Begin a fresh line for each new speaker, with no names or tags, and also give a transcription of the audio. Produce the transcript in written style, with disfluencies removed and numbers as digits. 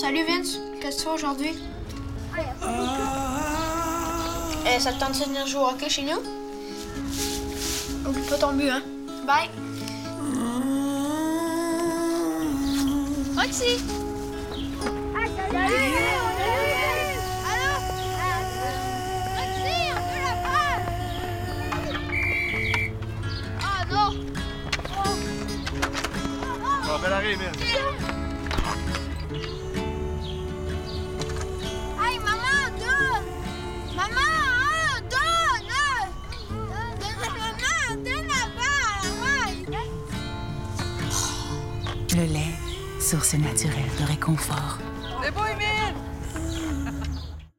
Salut Vince, qu'est-ce que tu fais aujourd'hui? Ça te tente de venir jouer au hockey chez nous? Oublie pas ton but, hein? Bye! Roxy!
Salut! Allô? Roxy, on veut la balle! Ah non!
Oh, bel arrêt, Emile.
Hey, maman, donne! Maman, donne! Maman, donne la balle!
Le lait, source naturelle de réconfort.